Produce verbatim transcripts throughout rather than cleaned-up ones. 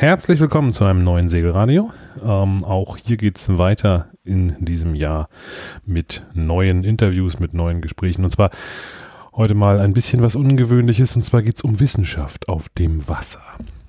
Herzlich willkommen zu einem neuen Segelradio. Ähm, auch hier geht es weiter in diesem Jahr mit neuen Interviews, mit neuen Gesprächen. Und zwar heute mal ein bisschen was Ungewöhnliches. Und zwar geht es um Wissenschaft auf dem Wasser.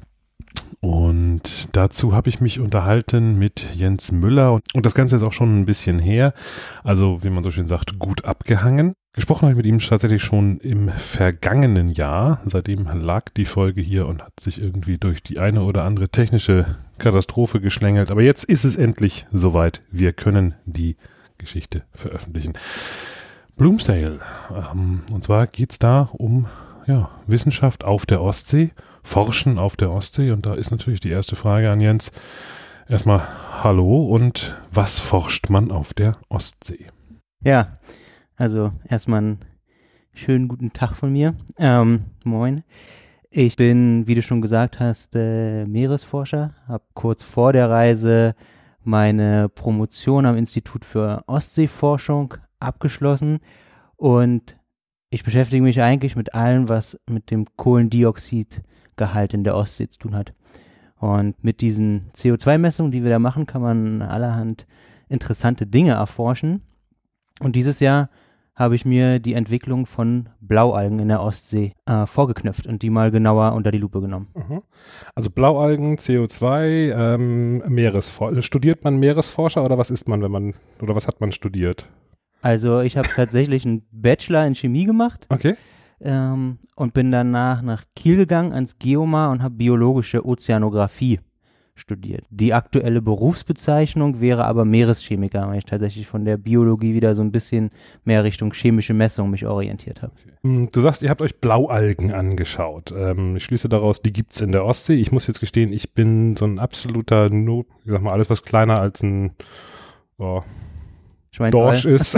Und dazu habe ich mich unterhalten mit Jens Müller. Und das Ganze ist auch schon ein bisschen her. Also, wie man so schön sagt, gut abgehangen. Gesprochen habe ich mit ihm tatsächlich schon im vergangenen Jahr. Seitdem lag die Folge hier und hat sich irgendwie durch die eine oder andere technische Katastrophe geschlängelt. Aber jetzt ist es endlich soweit. Wir können die Geschichte veröffentlichen. Bloomsdale. Ähm, und zwar geht es da um ja, Wissenschaft auf der Ostsee, Forschen auf der Ostsee. Und da ist natürlich die erste Frage an Jens. Erstmal hallo und was forscht man auf der Ostsee? Ja, also erstmal einen schönen guten Tag von mir. Ähm, moin. Ich bin, wie du schon gesagt hast, äh, Meeresforscher. Habe kurz vor der Reise meine Promotion am Institut für Ostseeforschung abgeschlossen und ich beschäftige mich eigentlich mit allem, was mit dem Kohlendioxidgehalt in der Ostsee zu tun hat. Und mit diesen C O zwei Messungen, die wir da machen, kann man allerhand interessante Dinge erforschen. Und dieses Jahr habe ich mir die Entwicklung von Blaualgen in der Ostsee äh, vorgeknüpft und die mal genauer unter die Lupe genommen. Also Blaualgen, C O zwei, ähm, Meeresforscher. Studiert man Meeresforscher oder was ist man, wenn man, oder was hat man studiert? Also ich habe tatsächlich einen Bachelor in Chemie gemacht. Okay. Ähm, und bin danach nach Kiel gegangen ans Geomar und habe biologische Ozeanographie studiert. Die aktuelle Berufsbezeichnung wäre aber Meereschemiker, weil ich tatsächlich von der Biologie wieder so ein bisschen mehr Richtung chemische Messung mich orientiert habe. Okay. Du sagst, ihr habt euch Blaualgen angeschaut. Ähm, ich schließe daraus, die gibt es in der Ostsee. Ich muss jetzt gestehen, ich bin so ein absoluter Noob. Ich sag mal, alles was kleiner als ein oh, Dorsch ist,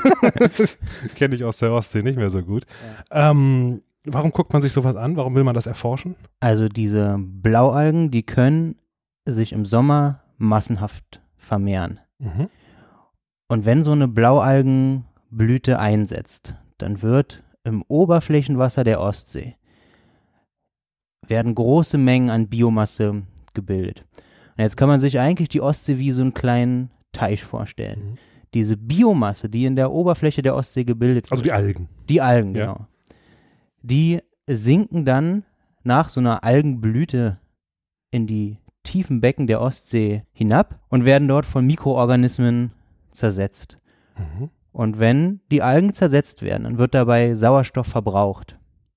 kenne ich aus der Ostsee nicht mehr so gut. Ja. Ähm, warum guckt man sich sowas an? Warum will man das erforschen? Also diese Blaualgen, die können sich im Sommer massenhaft vermehren. Mhm. Und wenn so eine Blaualgenblüte einsetzt, dann wird im Oberflächenwasser der Ostsee werden große Mengen an Biomasse gebildet. Und jetzt kann man sich eigentlich die Ostsee wie so einen kleinen Teich vorstellen. Mhm. Diese Biomasse, die in der Oberfläche der Ostsee gebildet wird. Also die Algen. Die Algen, ja. Genau. Die sinken dann nach so einer Algenblüte in die tiefen Becken der Ostsee hinab und werden dort von Mikroorganismen zersetzt. Mhm. Und wenn die Algen zersetzt werden, dann wird dabei Sauerstoff verbraucht.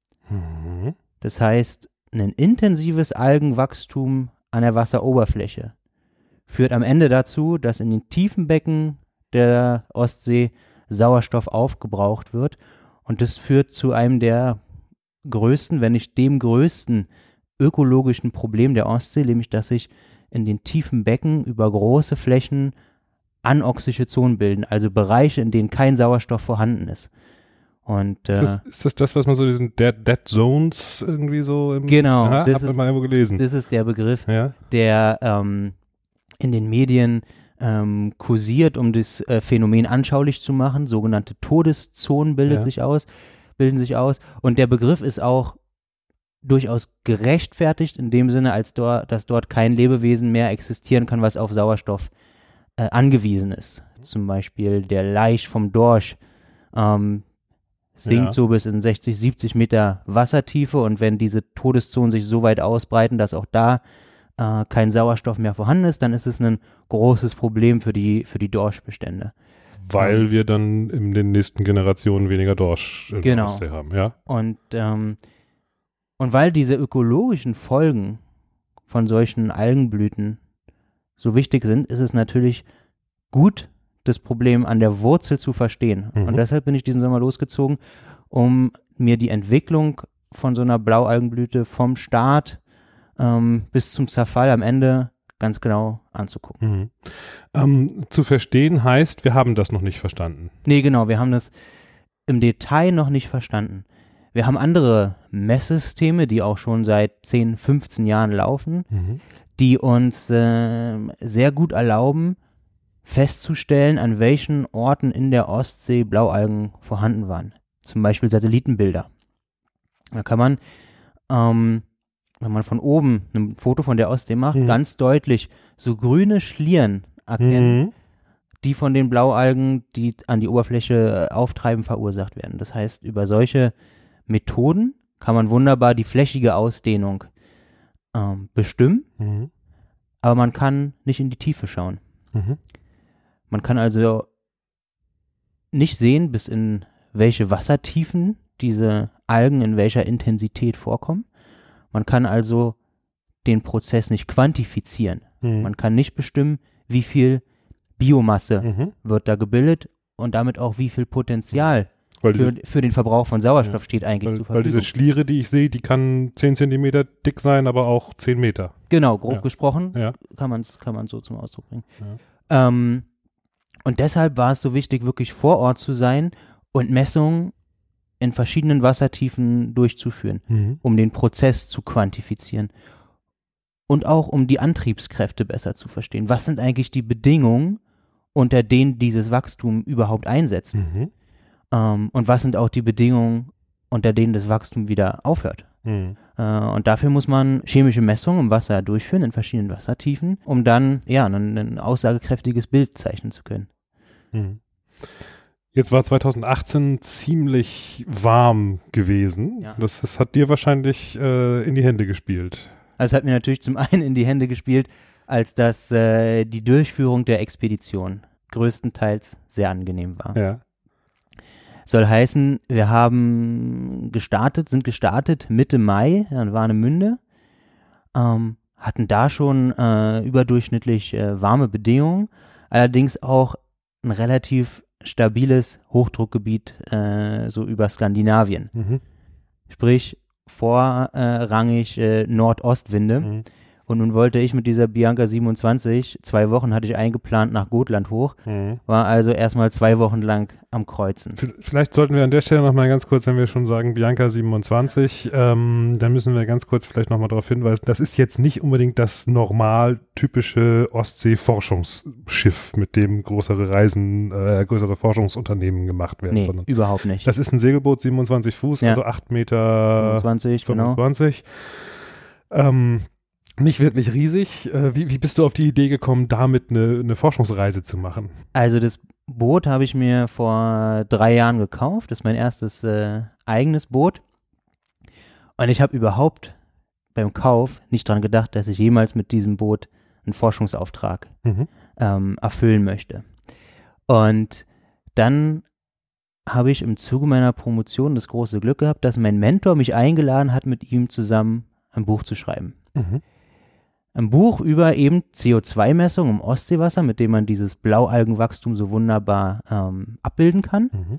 Mhm. Das heißt, ein intensives Algenwachstum an der Wasseroberfläche führt am Ende dazu, dass in den tiefen Becken der Ostsee Sauerstoff aufgebraucht wird. Und das führt zu einem der größten, wenn nicht dem größten ökologischen Problem der Ostsee, nämlich dass sich in den tiefen Becken über große Flächen anoxische Zonen bilden, also Bereiche, in denen kein Sauerstoff vorhanden ist. Und, äh, ist, das, ist das das, was man so diesen Dead, Dead Zones irgendwie so im Genau, Aha, das hab ist, mal irgendwo gelesen. Das ist der Begriff, ja? der ähm, in den Medien ähm, kursiert, um das äh, Phänomen anschaulich zu machen. Sogenannte Todeszonen bildet ja. sich aus, bilden sich aus. Und der Begriff ist auch durchaus gerechtfertigt in dem Sinne, als dort, dass dort kein Lebewesen mehr existieren kann, was auf Sauerstoff äh, angewiesen ist. Zum Beispiel der Laich vom Dorsch ähm, sinkt ja. so bis in sechzig, siebzig Meter Wassertiefe und wenn diese Todeszonen sich so weit ausbreiten, dass auch da äh, kein Sauerstoff mehr vorhanden ist, dann ist es ein großes Problem für die, für die Dorschbestände. Weil ähm, wir dann in den nächsten Generationen weniger Dorsch in genau. der Ostsee haben, ja. Und ähm, Und weil diese ökologischen Folgen von solchen Algenblüten so wichtig sind, ist es natürlich gut, das Problem an der Wurzel zu verstehen. Mhm. Und deshalb bin ich diesen Sommer losgezogen, um mir die Entwicklung von so einer Blaualgenblüte vom Start ähm, bis zum Zerfall am Ende ganz genau anzugucken. Mhm. Ähm, zu verstehen heißt, wir haben das noch nicht verstanden. Nee, genau, wir haben das im Detail noch nicht verstanden. Wir haben andere Messsysteme, die auch schon seit zehn, fünfzehn Jahren laufen, mhm. die uns äh, sehr gut erlauben, festzustellen, an welchen Orten in der Ostsee Blaualgen vorhanden waren. Zum Beispiel Satellitenbilder. Da kann man ähm, wenn man von oben ein Foto von der Ostsee macht, Mhm. ganz deutlich so grüne Schlieren erkennen, Mhm. die von den Blaualgen, die an die Oberfläche äh, auftreiben, verursacht werden. Das heißt, über solche Methoden kann man wunderbar die flächige Ausdehnung ähm, bestimmen, Mhm. aber man kann nicht in die Tiefe schauen. Mhm. Man kann also nicht sehen, bis in welche Wassertiefen diese Algen in welcher Intensität vorkommen. Man kann also den Prozess nicht quantifizieren. Mhm. Man kann nicht bestimmen, wie viel Biomasse Mhm. wird da gebildet und damit auch wie viel Potenzial Weil, für, diese, für den Verbrauch von Sauerstoff Ja. steht eigentlich zur weil, weil Verfügung. diese Schliere, die ich sehe, die kann zehn Zentimeter dick sein, aber auch zehn Meter. Genau, grob Ja. gesprochen Ja. kann man es kann man's so zum Ausdruck bringen. Ja. Ähm, und deshalb war es so wichtig, wirklich vor Ort zu sein und Messungen in verschiedenen Wassertiefen durchzuführen, Mhm. um den Prozess zu quantifizieren und auch um die Antriebskräfte besser zu verstehen. Was sind eigentlich die Bedingungen, unter denen dieses Wachstum überhaupt einsetzt? Mhm. Ähm, und was sind auch die Bedingungen, unter denen das Wachstum wieder aufhört? Mhm. Äh, und dafür muss man chemische Messungen im Wasser durchführen, in verschiedenen Wassertiefen, um dann ja ein, ein aussagekräftiges Bild zeichnen zu können. Mhm. Jetzt war zwanzig achtzehn ziemlich warm gewesen. Ja. Das, das hat dir wahrscheinlich äh, in die Hände gespielt. Also es hat mir natürlich zum einen in die Hände gespielt, als dass äh, die Durchführung der Expedition größtenteils sehr angenehm war. Ja. Soll heißen, wir haben gestartet, sind gestartet Mitte Mai in Warnemünde, ähm, hatten da schon äh, überdurchschnittlich äh, warme Bedingungen, allerdings auch ein relativ stabiles Hochdruckgebiet äh, so über Skandinavien. Mhm. Sprich vorrangig äh, Nordostwinde. Mhm. Und nun wollte ich mit dieser Bianca siebenundzwanzig, zwei Wochen hatte ich eingeplant nach Gotland hoch, Mhm. war also erstmal zwei Wochen lang am Kreuzen. V- Vielleicht sollten wir an der Stelle nochmal ganz kurz, wenn wir schon sagen Bianca siebenundzwanzig, ähm, dann müssen wir ganz kurz vielleicht nochmal darauf hinweisen, das ist jetzt nicht unbedingt das normal typische Ostsee-Forschungsschiff, mit dem größere Reisen, äh, größere Forschungsunternehmen gemacht werden, Nee, sondern überhaupt nicht. das ist ein Segelboot, siebenundzwanzig Fuß, Ja. also acht Meter fünfundzwanzig, genau. fünfundzwanzig. Ähm, nicht wirklich riesig. Äh, wie, wie bist du auf die Idee gekommen, damit eine, eine Forschungsreise zu machen? Also das Boot habe ich mir vor drei Jahren gekauft. Das ist mein erstes äh, eigenes Boot. Und ich habe überhaupt beim Kauf nicht dran gedacht, dass ich jemals mit diesem Boot einen Forschungsauftrag Mhm. ähm, erfüllen möchte. Und dann habe ich im Zuge meiner Promotion das große Glück gehabt, dass mein Mentor mich eingeladen hat, mit ihm zusammen ein Buch zu schreiben. Mhm. Ein Buch über eben C O zwei Messungen im Ostseewasser, mit dem man dieses Blaualgenwachstum so wunderbar ähm, abbilden kann. Mhm.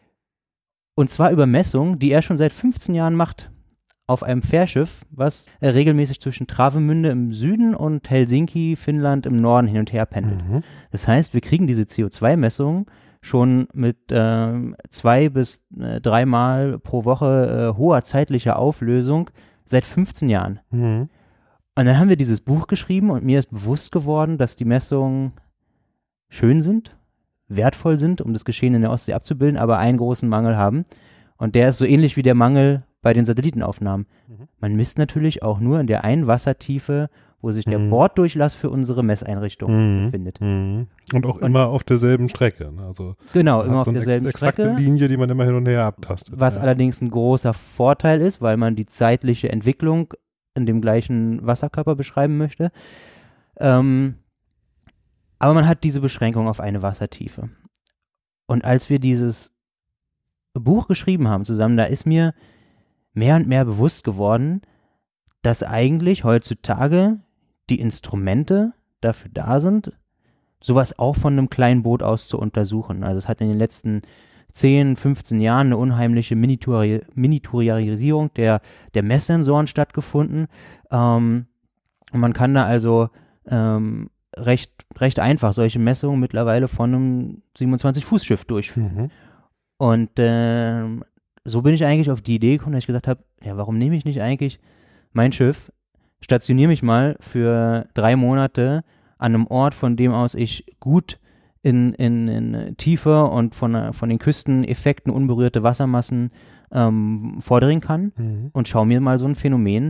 Und zwar über Messungen, die er schon seit fünfzehn Jahren macht. Auf einem Fährschiff, was äh, regelmäßig zwischen Travemünde im Süden und Helsinki, Finnland im Norden hin und her pendelt. Mhm. Das heißt, wir kriegen diese C O zwei Messungen schon mit ähm, zwei bis äh, dreimal pro Woche äh, hoher zeitlicher Auflösung seit fünfzehn Jahren. Mhm. Und dann haben wir dieses Buch geschrieben und mir ist bewusst geworden, dass die Messungen schön sind, wertvoll sind, um das Geschehen in der Ostsee abzubilden, aber einen großen Mangel haben. Und der ist so ähnlich wie der Mangel bei den Satellitenaufnahmen. Mhm. Man misst natürlich auch nur in der einen Wassertiefe, wo sich der Mhm. Borddurchlass für unsere Messeinrichtung Mhm. befindet. Mhm. Und auch Und- immer auf derselben Strecke. Ne? Also Genau, man immer hat auf so eine derselben ex exakte Strecke. Linie, die man immer hin und her abtastet. Was ja. allerdings ein großer Vorteil ist, weil man die zeitliche Entwicklung in dem gleichen Wasserkörper beschreiben möchte. Ähm, aber man hat diese Beschränkung auf eine Wassertiefe. Und als wir dieses Buch geschrieben haben zusammen, da ist mir mehr und mehr bewusst geworden, dass eigentlich heutzutage die Instrumente dafür da sind, sowas auch von einem kleinen Boot aus zu untersuchen. Also es hat in den letzten zehn, fünfzehn Jahren eine unheimliche Miniaturi- Miniaturisierung der, der Messsensoren stattgefunden. Ähm, und man kann da also ähm, recht, recht einfach solche Messungen mittlerweile von einem siebenundzwanzig-Fuß-Schiff durchführen. Mhm. Und ähm, so bin ich eigentlich auf die Idee gekommen, dass ich gesagt habe, ja, warum nehme ich nicht eigentlich mein Schiff, stationiere mich mal für drei Monate an einem Ort, von dem aus ich gut in, in, in Tiefe und von, von den Küsteneffekten unberührte Wassermassen ähm, vordringen kann Mhm. und schaue mir mal so ein Phänomen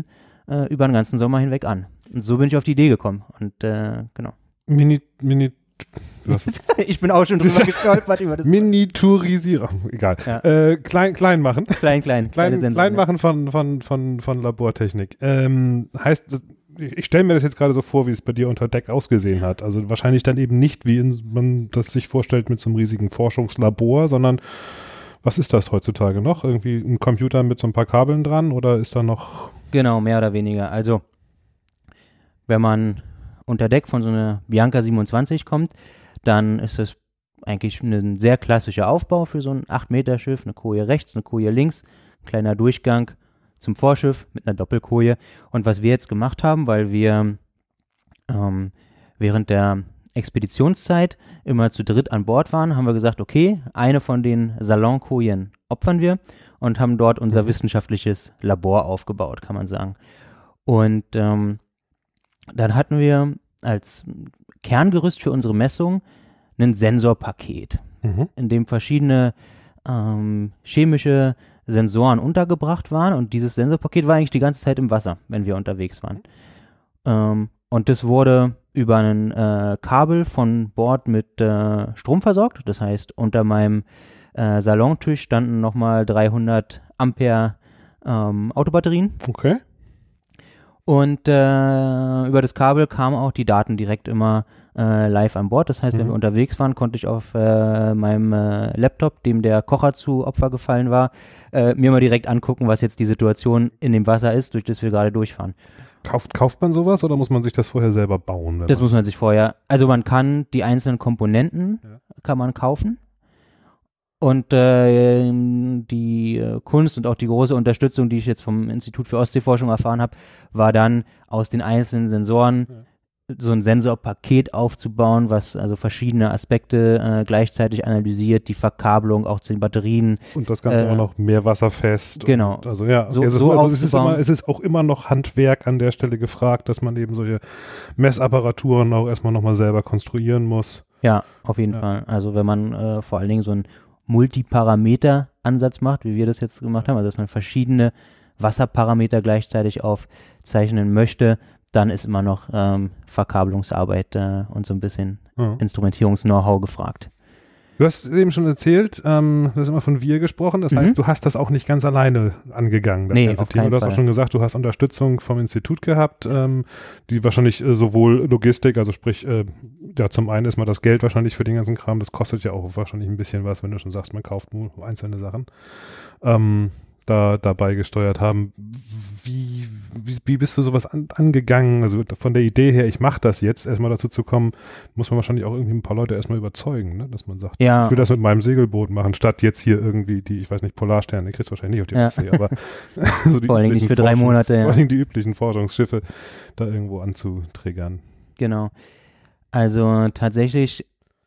äh, über den ganzen Sommer hinweg an. Und so bin ich auf die Idee gekommen. Und äh, genau. Mini, Mini, du hast ich bin auch schon drüber gestolpert über das. Miniaturisierung, egal. Ja. Äh, klein, klein machen. Klein, klein. Klein, klein machen von, von, von, von Labortechnik. Ähm, heißt, ich stelle mir das jetzt gerade so vor, wie es bei dir unter Deck ausgesehen hat. Also wahrscheinlich dann eben nicht, wie in, man das sich vorstellt mit so einem riesigen Forschungslabor, sondern was ist das heutzutage noch? Irgendwie ein Computer mit so ein paar Kabeln dran oder ist da noch... Genau, mehr oder weniger. Also wenn man unter Deck von so einer Bianca siebenundzwanzig kommt, dann ist das eigentlich ein sehr klassischer Aufbau für so ein acht Meter Schiff. Eine Koje rechts, eine Koje links, ein kleiner Durchgang zum Vorschiff mit einer Doppelkoje. Und was wir jetzt gemacht haben, weil wir ähm, während der Expeditionszeit immer zu dritt an Bord waren, haben wir gesagt, okay, eine von den Salonkojen opfern wir und haben dort unser mhm. wissenschaftliches Labor aufgebaut, kann man sagen. Und ähm, dann hatten wir als Kerngerüst für unsere Messung ein Sensorpaket, mhm. in dem verschiedene ähm, chemische Sensoren untergebracht waren und dieses Sensorpaket war eigentlich die ganze Zeit im Wasser, wenn wir unterwegs waren. Ähm, und das wurde über ein äh, Kabel von Bord mit äh, Strom versorgt. Das heißt, unter meinem äh, Salontisch standen nochmal dreihundert Ampere ähm, Autobatterien. Okay. Und äh, über das Kabel kamen auch die Daten direkt immer äh, live an Bord. Das heißt, mhm. wenn wir unterwegs waren, konnte ich auf äh, meinem äh, Laptop, dem der Kocher zu Opfer gefallen war, äh, mir mal direkt angucken, was jetzt die Situation in dem Wasser ist, durch das wir gerade durchfahren. Kauft, kauft man sowas oder muss man sich das vorher selber bauen? Das man muss man sich vorher, also man kann die einzelnen Komponenten, ja. kann man kaufen. Und äh, die äh, Kunst und auch die große Unterstützung, die ich jetzt vom Institut für Ostseeforschung erfahren habe, war dann aus den einzelnen Sensoren ja. so ein Sensorpaket aufzubauen, was also verschiedene Aspekte äh, gleichzeitig analysiert, die Verkabelung auch zu den Batterien. Und das Ganze äh, auch noch mehr wasserfest. Genau. Und, also ja, so, also, so also es, ist immer, es ist auch immer noch Handwerk an der Stelle gefragt, dass man eben solche Messapparaturen auch erstmal nochmal selber konstruieren muss. Ja, auf jeden ja. Fall. Also wenn man äh, vor allen Dingen so ein Multiparameter-Ansatz macht, wie wir das jetzt gemacht haben, also dass man verschiedene Wasserparameter gleichzeitig aufzeichnen möchte, dann ist immer noch ähm, Verkabelungsarbeit äh, und so ein bisschen ja. Instrumentierungs-Know-how gefragt. Du hast eben schon erzählt, ähm, du hast immer von wir gesprochen, das mhm. heißt, du hast das auch nicht ganz alleine angegangen, das nee, ganze auf Thema. Du hast Fall. auch schon gesagt, du hast Unterstützung vom Institut gehabt, ähm, die wahrscheinlich äh, sowohl Logistik, also sprich, äh, ja, zum einen ist mal das Geld wahrscheinlich für den ganzen Kram, das kostet ja auch wahrscheinlich ein bisschen was, wenn du schon sagst, man kauft nur einzelne Sachen, ähm, da dabei gesteuert haben. Wie, wie, wie bist du sowas an, angegangen? Also von der Idee her, ich mache das jetzt, erstmal dazu zu kommen, muss man wahrscheinlich auch irgendwie ein paar Leute erstmal überzeugen, ne? Dass man sagt, ja. ich will das mit meinem Segelboot machen, statt jetzt hier irgendwie die, ich weiß nicht, Polarsterne, die kriegst du wahrscheinlich nicht auf die ja. Ostsee, aber so die vor allem nicht für drei Monate. Ja. Vor allem die üblichen Forschungsschiffe da irgendwo anzutriggern. Genau. Also tatsächlich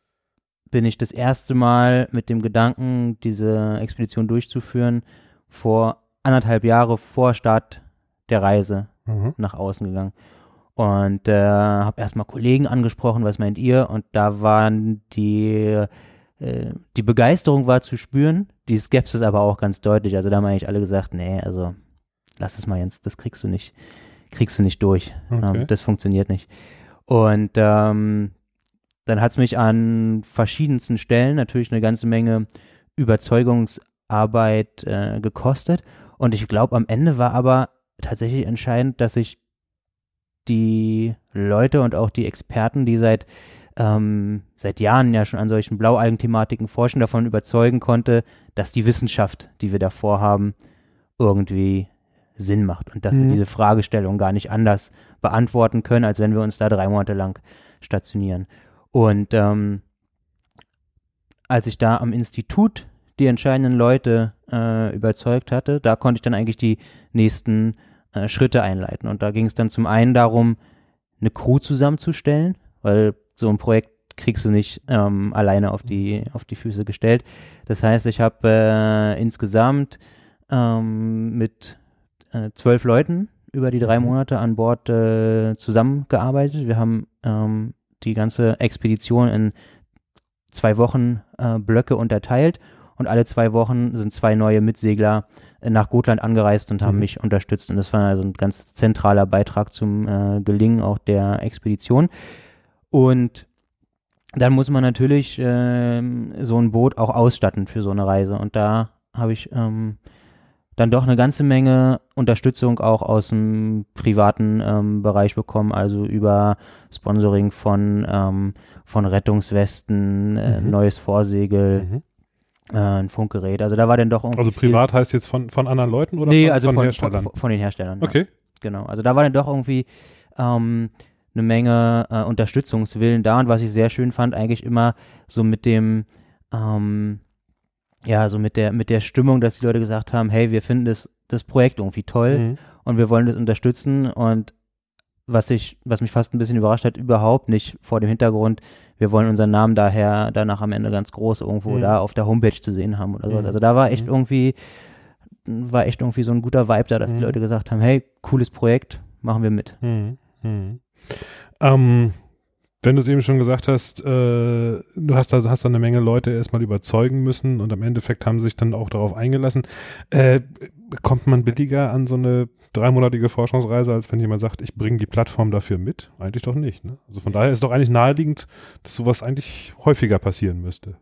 bin ich das erste Mal mit dem Gedanken, diese Expedition durchzuführen, vor anderthalb Jahre vor Start der Reise mhm. nach außen gegangen. Und äh, habe erstmal Kollegen angesprochen, was meint ihr? Und da waren die, äh, die Begeisterung war zu spüren, die Skepsis aber auch ganz deutlich. Also da haben eigentlich alle gesagt, nee, also lass es mal Jens, das kriegst du nicht, kriegst du nicht durch. Okay. Ähm, das funktioniert nicht. Und ähm, dann hat es mich an verschiedensten Stellen natürlich eine ganze Menge Überzeugungsarbeit äh, gekostet. Und ich glaube, am Ende war aber tatsächlich entscheidend, dass ich die Leute und auch die Experten, die seit, ähm, seit Jahren ja schon an solchen Blaualgen-Thematiken forschen, davon überzeugen konnte, dass die Wissenschaft, die wir da vorhaben, irgendwie Sinn macht und dass mhm. wir diese Fragestellung gar nicht anders beantworten können, als wenn wir uns da drei Monate lang stationieren. Und ähm, als ich da am Institut die entscheidenden Leute äh, überzeugt hatte, da konnte ich dann eigentlich die nächsten äh, Schritte einleiten. Und da ging es dann zum einen darum, eine Crew zusammenzustellen, weil so ein Projekt kriegst du nicht ähm, alleine auf die, auf die Füße gestellt. Das heißt, ich habe äh, insgesamt ähm, mit äh, zwölf Leuten über die drei Monate an Bord äh, zusammengearbeitet. Wir haben ähm, die ganze Expedition in zwei Wochen äh, Blöcke unterteilt. und alle zwei Wochen sind zwei neue Mitsegler äh, nach Gotland angereist und haben Mhm. mich unterstützt und das war also ein ganz zentraler Beitrag zum äh, Gelingen auch der Expedition. Und dann muss man natürlich ähm, so ein Boot auch ausstatten für so eine Reise und da habe ich ähm, dann doch eine ganze Menge Unterstützung auch aus dem privaten ähm, Bereich bekommen, also über Sponsoring von, ähm, von Rettungswesten, äh, Mhm. neues Vorsegel, Mhm. äh, ein Funkgerät. Also da war dann doch irgendwie Also privat heißt jetzt von, von anderen Leuten oder nee, von, also von von, Herstellern? Von, von den Herstellern. Ja. Okay. Genau. Also da war dann doch irgendwie ähm, eine Menge äh, Unterstützungswillen da und was ich sehr schön fand, eigentlich immer so mit dem ähm, ja, so mit der, mit der Stimmung, dass die Leute gesagt haben, hey, wir finden das, das Projekt irgendwie toll Mhm. und wir wollen das unterstützen und was ich, was mich fast ein bisschen überrascht hat, überhaupt nicht vor dem Hintergrund, wir wollen unseren Namen daher danach am Ende ganz groß irgendwo Mhm. da auf der Homepage zu sehen haben oder sowas. Mhm. Also da war echt Mhm. irgendwie, war echt irgendwie so ein guter Vibe da, dass Mhm. die Leute gesagt haben, hey, cooles Projekt, machen wir mit. Mhm. Mhm. Ähm, wenn du es eben schon gesagt hast, äh, du hast da, hast da eine Menge Leute erstmal überzeugen müssen und am Endeffekt haben sie sich dann auch darauf eingelassen. Äh, kommt man billiger an so eine dreimonatige Forschungsreise, als wenn jemand sagt, ich bringe die Plattform dafür mit? Eigentlich doch nicht. Ne? Also von daher ist doch eigentlich naheliegend, dass sowas eigentlich häufiger passieren müsste.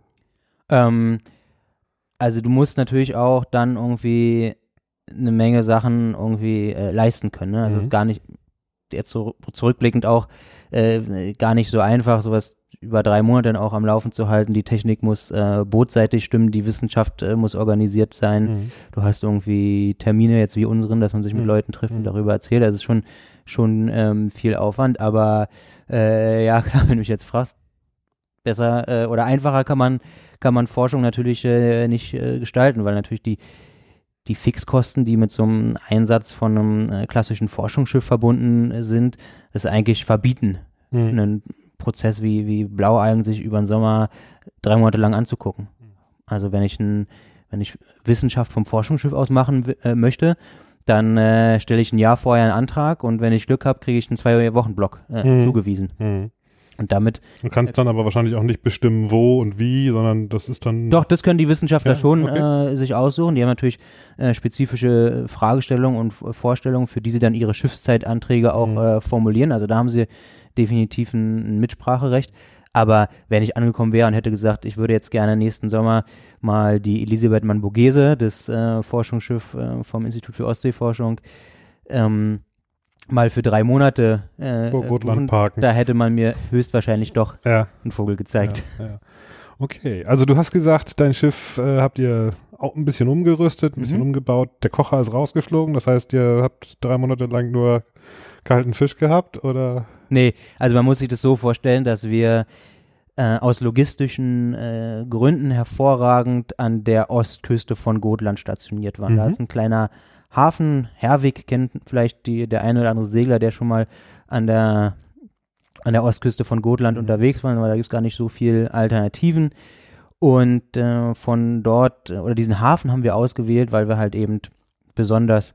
Ähm, also du musst natürlich auch dann irgendwie eine Menge Sachen irgendwie äh, leisten können. Ne? Also es Mhm. ist gar nicht, jetzt so zurückblickend auch äh, gar nicht so einfach, sowas über drei Monate dann auch am Laufen zu halten. Die Technik muss äh, bootseitig stimmen, die Wissenschaft äh, muss organisiert sein. Mhm. Du hast irgendwie Termine jetzt wie unseren, dass man sich mit Mhm. Leuten trifft und Mhm. darüber erzählt. Das ist schon, schon ähm, viel Aufwand, aber äh, ja, klar, wenn du mich jetzt fragst, besser äh, oder einfacher kann man, kann man Forschung natürlich äh, nicht äh, gestalten, weil natürlich die die Fixkosten, die mit so einem Einsatz von einem äh, klassischen Forschungsschiff verbunden sind, es eigentlich verbieten, Mhm. einen Prozess wie, wie Blaualgen sich über den Sommer drei Monate lang anzugucken. Also wenn ich, ein, wenn ich Wissenschaft vom Forschungsschiff aus machen w- äh, möchte, dann äh, stelle ich ein Jahr vorher einen Antrag und wenn ich Glück habe, kriege ich einen Zwei-Wochen-Block äh, Mhm. zugewiesen. Mhm. Und damit, Du kannst dann aber wahrscheinlich auch nicht bestimmen, wo und wie, sondern das ist dann... doch, das können die Wissenschaftler Ja, schon okay. äh, sich aussuchen. Die haben natürlich äh, spezifische Fragestellungen und F- Vorstellungen, für die sie dann ihre Schiffszeitanträge auch Mhm. äh, formulieren. Also da haben sie definitiv ein, ein Mitspracherecht. Aber wenn ich angekommen wäre und hätte gesagt, ich würde jetzt gerne nächsten Sommer mal die Elisabeth Mann-Borghese, das äh, Forschungsschiff äh, vom Institut für Ostseeforschung, ähm, mal für drei Monate äh, Vor Gotland buchen, parken. da hätte man mir höchstwahrscheinlich doch Ja. einen Vogel gezeigt. Ja, ja. Okay, also du hast gesagt, dein Schiff äh, habt ihr auch ein bisschen umgerüstet, ein bisschen Mhm. umgebaut. Der Kocher ist rausgeflogen, das heißt, ihr habt drei Monate lang nur kalten Fisch gehabt, oder? Nee, also man muss sich das so vorstellen, dass wir äh, aus logistischen äh, Gründen hervorragend an der Ostküste von Gotland stationiert waren. Da Mhm. ist ein kleiner Hafen, Herwig kennt vielleicht die, der eine oder andere Segler, der schon mal an der, an der Ostküste von Gotland Mhm. unterwegs war, weil da gibt es gar nicht so viele Alternativen. Und äh, von dort, oder diesen Hafen haben wir ausgewählt, weil wir halt eben besonders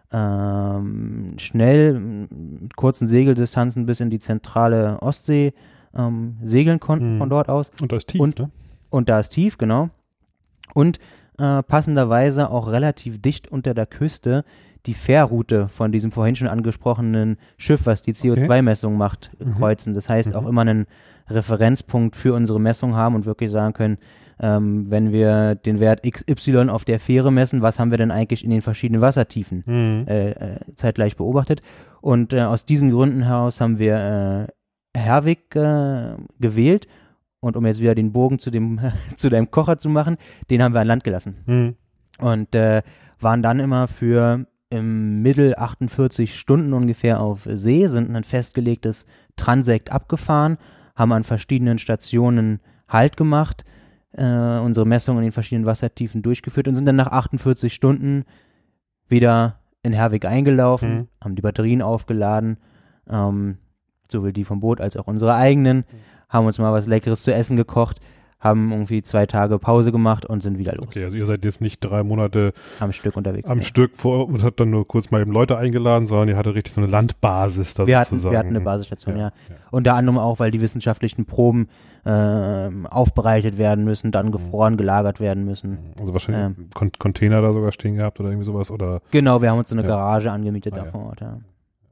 ähm, schnell, mit kurzen Segeldistanzen bis in die zentrale Ostsee ähm, segeln konnten Mhm. von dort aus. Und das ist tief, Und- ne? Und da ist tief, genau. Und äh, passenderweise auch relativ dicht unter der Küste die Fährroute von diesem vorhin schon angesprochenen Schiff, was die C O zwei Messung macht, Mhm. kreuzen. Das heißt, Mhm. auch immer einen Referenzpunkt für unsere Messung haben und wirklich sagen können, ähm, wenn wir den Wert X Y auf der Fähre messen, was haben wir denn eigentlich in den verschiedenen Wassertiefen Mhm. äh, äh, zeitgleich beobachtet. Und äh, aus diesen Gründen heraus haben wir äh, Herwig äh, gewählt. Und um jetzt wieder den Bogen zu dem zu deinem Kocher zu machen, den haben wir an Land gelassen. Mhm. Und äh, waren dann immer für im Mittel achtundvierzig Stunden ungefähr auf See, sind ein festgelegtes Transekt abgefahren, haben an verschiedenen Stationen Halt gemacht, äh, unsere Messungen in den verschiedenen Wassertiefen durchgeführt und sind dann nach achtundvierzig Stunden wieder in Herwig eingelaufen, Mhm. haben die Batterien aufgeladen, ähm, sowohl die vom Boot als auch unsere eigenen, haben uns mal was Leckeres zu essen gekocht, haben irgendwie zwei Tage Pause gemacht und sind wieder los. Okay, also ihr seid jetzt nicht drei Monate am Stück unterwegs. Am ja. Stück vor und habt dann nur kurz mal eben Leute eingeladen, sondern ihr hattet richtig so eine Landbasis da wir sozusagen. Hatten, wir hatten eine Basisstation, ja. ja. ja. Unter anderem auch, weil die wissenschaftlichen Proben äh, aufbereitet werden müssen, dann gefroren, gelagert werden müssen. Also wahrscheinlich ähm, Kon- Container da sogar stehen gehabt oder irgendwie sowas, oder? Genau, wir haben uns so eine ja. Garage angemietet ah, da ja. vor Ort, ja.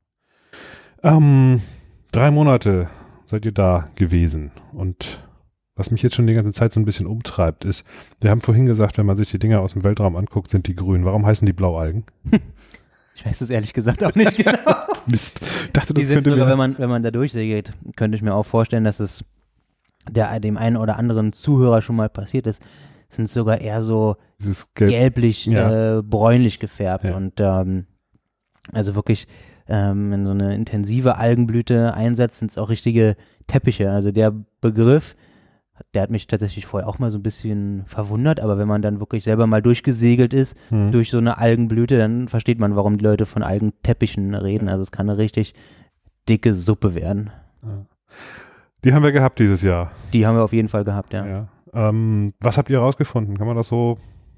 Ähm, drei Monate seid ihr da gewesen und was mich jetzt schon die ganze Zeit so ein bisschen umtreibt, ist, wir haben vorhin gesagt, wenn man sich die Dinger aus dem Weltraum anguckt, sind die grün. Warum heißen die Blaualgen? Ich weiß es ehrlich gesagt auch nicht genau. Mist. Ich dachte, das die sind könnte sogar, mir... wenn man, wenn man da durchsegelt, könnte ich mir auch vorstellen, dass es der, dem einen oder anderen Zuhörer schon mal passiert ist, sind sogar eher so Gelb, gelblich, ja. äh, bräunlich gefärbt. Ja. Und ähm, also wirklich, ähm, wenn so eine intensive Algenblüte einsetzt, sind es auch richtige Teppiche. Also der Begriff, der hat mich tatsächlich vorher auch mal so ein bisschen verwundert, aber wenn man dann wirklich selber mal durchgesegelt ist, mhm. durch so eine Algenblüte, dann versteht man, warum die Leute von Algenteppichen reden. Also es kann eine richtig dicke Suppe werden. Ja. Die haben wir gehabt dieses Jahr. Die haben wir auf jeden Fall gehabt, ja. ja. Ähm, was habt ihr rausgefunden? Kann man das so,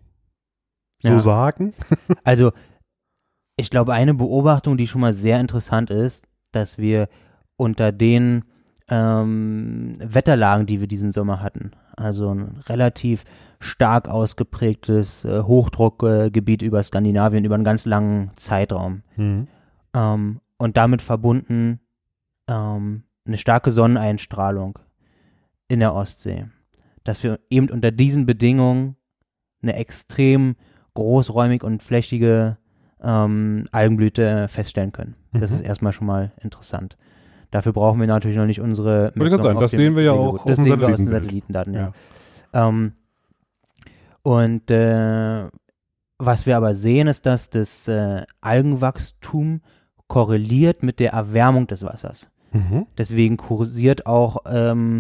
so ja. sagen? Also ich glaube, eine Beobachtung, die schon mal sehr interessant ist, dass wir unter den Ähm, Wetterlagen, die wir diesen Sommer hatten. Also ein relativ stark ausgeprägtes äh, Hochdruckgebiet äh, über Skandinavien über einen ganz langen Zeitraum. Mhm. Ähm, und damit verbunden ähm, eine starke Sonneneinstrahlung in der Ostsee. Dass wir eben unter diesen Bedingungen eine extrem großräumig und flächige ähm, Algenblüte feststellen können. Mhm. Das ist erstmal schon mal interessant. Dafür brauchen wir natürlich noch nicht unsere Würde ich sagen, das sehen wir ja auch das sehen wir aus den Satellitendaten, ja. ja. Ähm, und äh, was wir aber sehen, ist, dass das äh, Algenwachstum korreliert mit der Erwärmung des Wassers. Mhm. Deswegen kursiert auch ähm,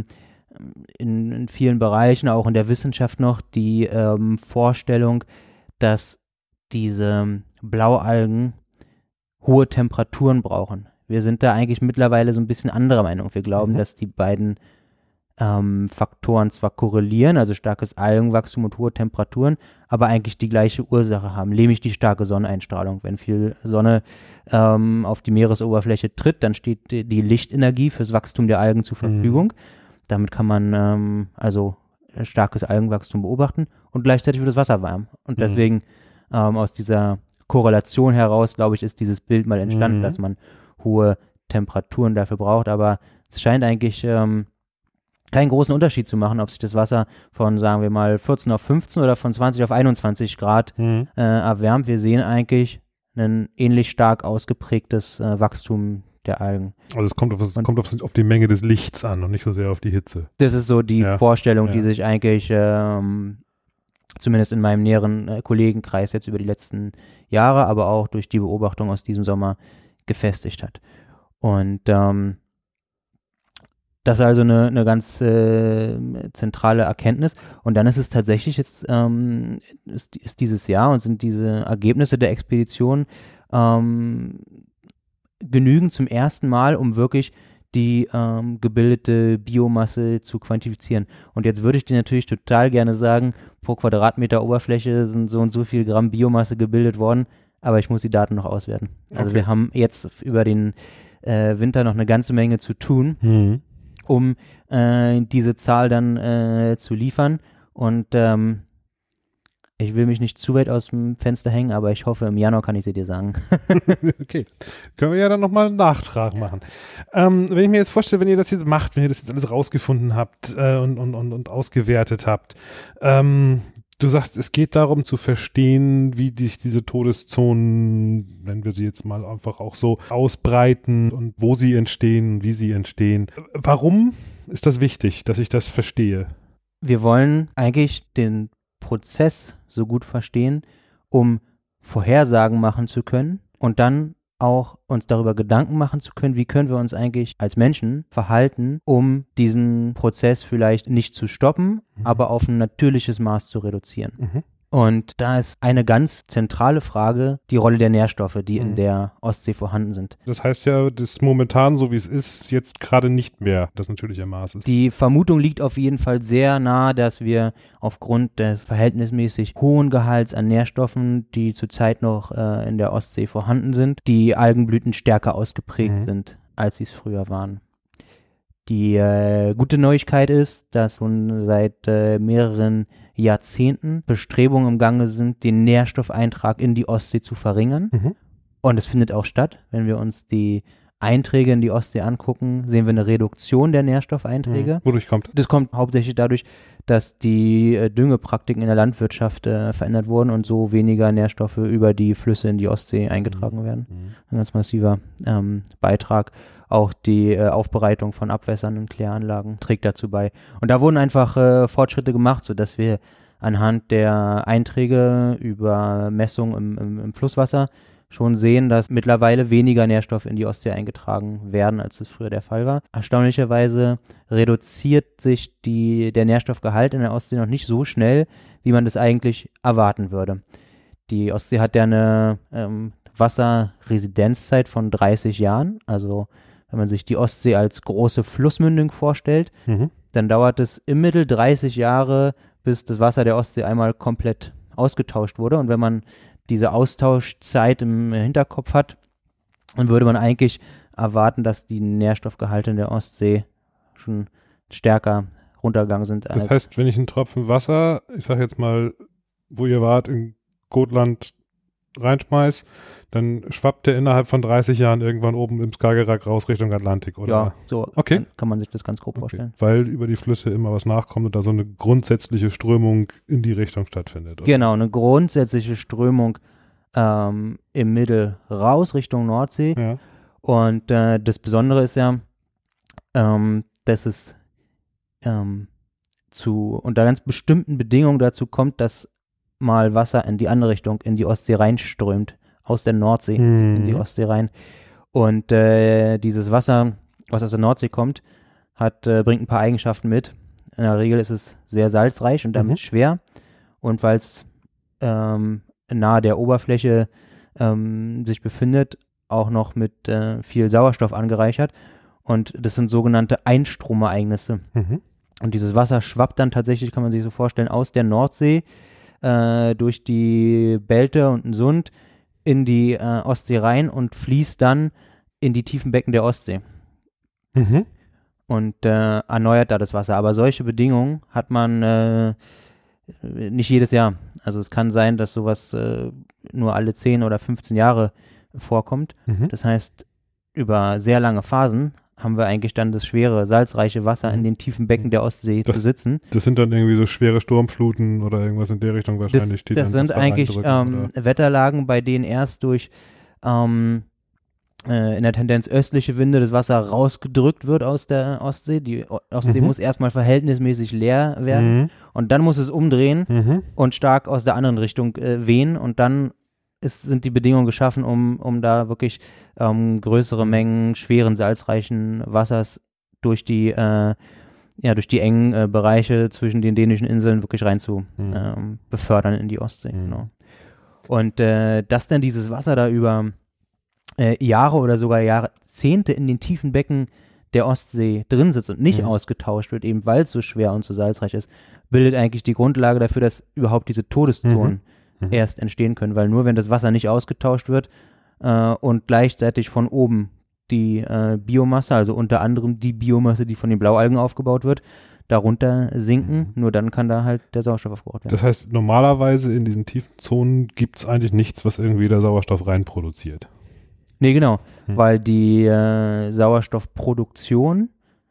in, in vielen Bereichen, auch in der Wissenschaft noch, die ähm, Vorstellung, dass diese Blaualgen hohe Temperaturen brauchen. Wir sind da eigentlich mittlerweile so ein bisschen anderer Meinung. Wir glauben, mhm. dass die beiden ähm, Faktoren zwar korrelieren, also starkes Algenwachstum und hohe Temperaturen, aber eigentlich die gleiche Ursache haben, nämlich die starke Sonneneinstrahlung. Wenn viel Sonne ähm, auf die Meeresoberfläche tritt, dann steht die, die Lichtenergie fürs Wachstum der Algen zur Verfügung. Mhm. Damit kann man ähm, also starkes Algenwachstum beobachten und gleichzeitig wird das Wasser warm. Und deswegen mhm. ähm, aus dieser Korrelation heraus, glaube ich, ist dieses Bild mal entstanden, mhm. dass man hohe Temperaturen dafür braucht, aber es scheint eigentlich ähm, keinen großen Unterschied zu machen, ob sich das Wasser von, sagen wir mal, vierzehn auf fünfzehn oder von zwanzig auf einundzwanzig Grad mhm. äh, erwärmt. Wir sehen eigentlich ein ähnlich stark ausgeprägtes äh, Wachstum der Algen. Also es kommt, auf, es kommt auf, auf die Menge des Lichts an und nicht so sehr auf die Hitze. Das ist so die ja. Vorstellung, ja. die sich eigentlich ähm, zumindest in meinem näheren äh, Kollegenkreis jetzt über die letzten Jahre, aber auch durch die Beobachtung aus diesem Sommer gefestigt hat. Und ähm, das ist also eine, eine ganz äh, zentrale Erkenntnis. Und dann ist es tatsächlich jetzt, ähm, ist, ist dieses Jahr und sind diese Ergebnisse der Expedition ähm, genügend zum ersten Mal, um wirklich die ähm, gebildete Biomasse zu quantifizieren. Und jetzt würde ich dir natürlich total gerne sagen, pro Quadratmeter Oberfläche sind so und so viel Gramm Biomasse gebildet worden, aber ich muss die Daten noch auswerten. Also okay. wir haben jetzt über den äh, Winter noch eine ganze Menge zu tun, mhm. um äh, diese Zahl dann äh, zu liefern. Und ähm, ich will mich nicht zu weit aus dem Fenster hängen, aber ich hoffe, im Januar kann ich sie dir sagen. Okay, können wir ja dann nochmal einen Nachtrag machen. Ähm, wenn ich mir jetzt vorstelle, wenn ihr das jetzt macht, wenn ihr das jetzt alles rausgefunden habt äh, und, und, und, und ausgewertet habt, ähm, du sagst, es geht darum zu verstehen, wie sich diese Todeszonen, nennen wir sie jetzt mal einfach auch so, ausbreiten und wo sie entstehen, wie sie entstehen. Warum ist das wichtig, dass ich das verstehe? Wir wollen eigentlich den Prozess so gut verstehen, um Vorhersagen machen zu können und dann auch uns darüber Gedanken machen zu können, wie können wir uns eigentlich als Menschen verhalten, um diesen Prozess vielleicht nicht zu stoppen, mhm. aber auf ein natürliches Maß zu reduzieren. Mhm. Und da ist eine ganz zentrale Frage die Rolle der Nährstoffe, die Mhm. in der Ostsee vorhanden sind. Das heißt ja, das momentan, so wie es ist, jetzt gerade nicht mehr das natürliche Maß ist. Die Vermutung liegt auf jeden Fall sehr nahe, dass wir aufgrund des verhältnismäßig hohen Gehalts an Nährstoffen, die zurzeit noch äh, in der Ostsee vorhanden sind, die Algenblüten stärker ausgeprägt Mhm. sind, als sie es früher waren. Die äh, gute Neuigkeit ist, dass schon seit äh, mehreren Jahrzehnten Bestrebungen im Gange sind, den Nährstoffeintrag in die Ostsee zu verringern. Mhm. Und es findet auch statt. Wenn wir uns die Einträge in die Ostsee angucken, sehen wir eine Reduktion der Nährstoffeinträge. Mhm. Wodurch kommt? Das kommt hauptsächlich dadurch, dass die äh, Düngepraktiken in der Landwirtschaft äh, verändert wurden und so weniger Nährstoffe über die Flüsse in die Ostsee eingetragen werden. Mhm. Ein ganz massiver ähm, Beitrag. Auch die äh, Aufbereitung von Abwässern und Kläranlagen trägt dazu bei. Und da wurden einfach äh, Fortschritte gemacht, sodass wir anhand der Einträge über Messungen im, im, im Flusswasser schon sehen, dass mittlerweile weniger Nährstoffe in die Ostsee eingetragen werden, als es früher der Fall war. Erstaunlicherweise reduziert sich die, der Nährstoffgehalt in der Ostsee noch nicht so schnell, wie man das eigentlich erwarten würde. Die Ostsee hat ja eine ähm, Wasserresidenzzeit von dreißig Jahren, also wenn man sich die Ostsee als große Flussmündung vorstellt, Mhm. dann dauert es im Mittel dreißig Jahre, bis das Wasser der Ostsee einmal komplett ausgetauscht wurde. Und wenn man diese Austauschzeit im Hinterkopf hat, dann würde man eigentlich erwarten, dass die Nährstoffgehalte in der Ostsee schon stärker runtergegangen sind. Das heißt, wenn ich einen Tropfen Wasser, ich sag jetzt mal, wo ihr wart, in Gotland reinschmeiß, dann schwappt der innerhalb von dreißig Jahren irgendwann oben im Skagerrak raus Richtung Atlantik, oder? Ja, so Okay. kann, kann man sich das ganz grob Okay. vorstellen. Weil über die Flüsse immer was nachkommt und da so eine grundsätzliche Strömung in die Richtung stattfindet. Oder? Genau, eine grundsätzliche Strömung ähm, im Mittel raus Richtung Nordsee. Ja. Und äh, das Besondere ist ja, ähm, dass es ähm, zu unter ganz bestimmten Bedingungen dazu kommt, dass mal Wasser in die andere Richtung, in die Ostsee reinströmt, aus der Nordsee Mhm. in die Ostsee rein. Und äh, dieses Wasser, was aus der Nordsee kommt, hat, äh, bringt ein paar Eigenschaften mit. In der Regel ist es sehr salzreich und damit Mhm. schwer. Und weil es ähm, nahe der Oberfläche ähm, sich befindet, auch noch mit äh, viel Sauerstoff angereichert. Und das sind sogenannte Einstromereignisse. Mhm. Und dieses Wasser schwappt dann tatsächlich, kann man sich so vorstellen, aus der Nordsee äh, durch die Belte und den Sund in die äh, Ostsee rein und fließt dann in die tiefen Becken der Ostsee Mhm. und äh, erneuert da das Wasser. Aber solche Bedingungen hat man äh, nicht jedes Jahr. Also es kann sein, dass sowas äh, nur alle zehn oder fünfzehn Jahre vorkommt. Mhm. Das heißt, über sehr lange Phasen haben wir eigentlich dann das schwere, salzreiche Wasser in den tiefen Becken der Ostsee Das- zu sitzen. Das sind dann irgendwie so schwere Sturmfluten oder irgendwas in der Richtung Das, wahrscheinlich. die das dann sind das Bad eigentlich eindrücken, ähm, Wetterlagen, bei denen erst durch ähm, äh, in der Tendenz östliche Winde das Wasser rausgedrückt wird aus der Ostsee. Die O- Ostsee Mhm. muss erstmal verhältnismäßig leer oder? werden Mhm. und dann muss es umdrehen Mhm. und stark aus der anderen Richtung äh, wehen und dann ist, sind die Bedingungen geschaffen, um, um da wirklich ähm, größere Mengen schweren, salzreichen Wassers durch die, äh, ja, durch die engen äh, Bereiche zwischen den dänischen Inseln wirklich rein zu Mhm. ähm, befördern in die Ostsee. Mhm. Genau. Und äh, dass dann dieses Wasser da über äh, Jahre oder sogar Jahrzehnte in den tiefen Becken der Ostsee drin sitzt und nicht Mhm. ausgetauscht wird, eben weil es so schwer und so salzreich ist, bildet eigentlich die Grundlage dafür, dass überhaupt diese Todeszonen Mhm. erst entstehen können, weil nur wenn das Wasser nicht ausgetauscht wird äh, und gleichzeitig von oben die äh, Biomasse, also unter anderem die Biomasse, die von den Blaualgen aufgebaut wird, darunter sinken, Mhm. nur dann kann da halt der Sauerstoff aufgebaut werden. Das heißt, normalerweise in diesen tiefen Zonen gibt es eigentlich nichts, was irgendwie der Sauerstoff rein produziert. Nee, genau, Hm. weil die äh, Sauerstoffproduktion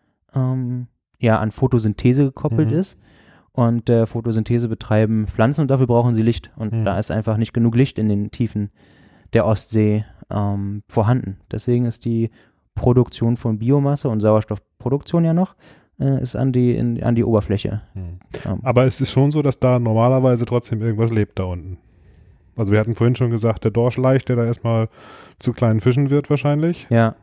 ähm, ja an Photosynthese gekoppelt Mhm. ist und äh, Photosynthese betreiben Pflanzen und dafür brauchen sie Licht und Mhm. da ist einfach nicht genug Licht in den Tiefen der Ostsee ähm, vorhanden. Deswegen ist die Produktion von Biomasse und Sauerstoffproduktion ja noch äh, ist an die in, an die Oberfläche. Mhm. Ähm, Aber es ist schon so, dass da normalerweise trotzdem irgendwas lebt da unten. Also wir hatten vorhin schon gesagt, der Dorschleich, der da erstmal zu kleinen Fischen wird wahrscheinlich. Ja.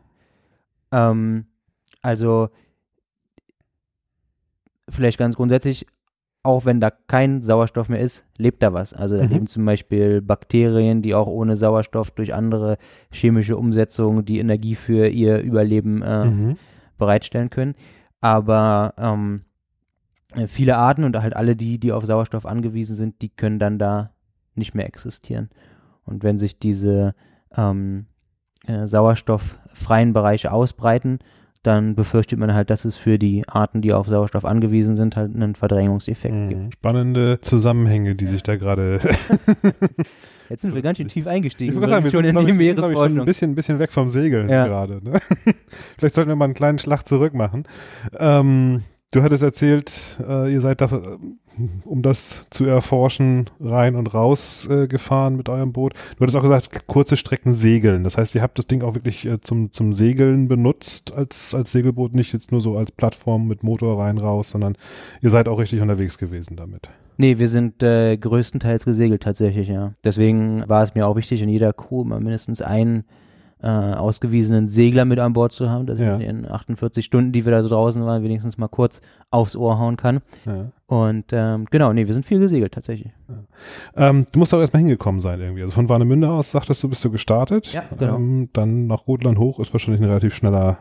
Ähm, also vielleicht ganz grundsätzlich, auch wenn da kein Sauerstoff mehr ist, lebt da was. Also da Mhm. leben zum Beispiel Bakterien, die auch ohne Sauerstoff durch andere chemische Umsetzungen die Energie für ihr Überleben äh, Mhm. bereitstellen können. Aber ähm, viele Arten und halt alle die, die auf Sauerstoff angewiesen sind, die können dann da nicht mehr existieren. Und wenn sich diese ähm, äh, sauerstofffreien Bereiche ausbreiten, dann befürchtet man halt, dass es für die Arten, die auf Sauerstoff angewiesen sind, halt einen Verdrängungseffekt Mhm. gibt. Spannende Zusammenhänge, die sich da gerade. Jetzt sind wir ganz schön tief eingestiegen. Ich wollte sagen, wir schon sind, in glaub die ich, wir sind, glaub ich, schon ein Meeresforschung. bisschen, ein bisschen weg vom Segeln Ja. gerade. Ne? Vielleicht sollten wir mal einen kleinen Schlag zurück machen. Ähm, du hattest erzählt, äh, ihr seid da, äh, um das zu erforschen, rein und raus äh, gefahren mit eurem Boot. Du hattest auch gesagt, kurze Strecken segeln. Das heißt, ihr habt das Ding auch wirklich äh, zum, zum Segeln benutzt als, als Segelboot, nicht jetzt nur so als Plattform mit Motor rein, raus, sondern ihr seid auch richtig unterwegs gewesen damit. Nee, wir sind äh, größtenteils gesegelt tatsächlich, ja. Deswegen war es mir auch wichtig, in jeder Crew immer mindestens einen äh, ausgewiesenen Segler mit an Bord zu haben, dass Ja. ich in den achtundvierzig Stunden, die wir da so draußen waren, wenigstens mal kurz aufs Ohr hauen kann. Ja. Und ähm, genau, nee, wir sind viel gesegelt tatsächlich. Ähm, du musst auch erstmal hingekommen sein irgendwie. Also von Warnemünde aus, sagtest du, bist du gestartet. Ja, genau. Ähm, dann nach Gotland hoch ist wahrscheinlich ein relativ schneller.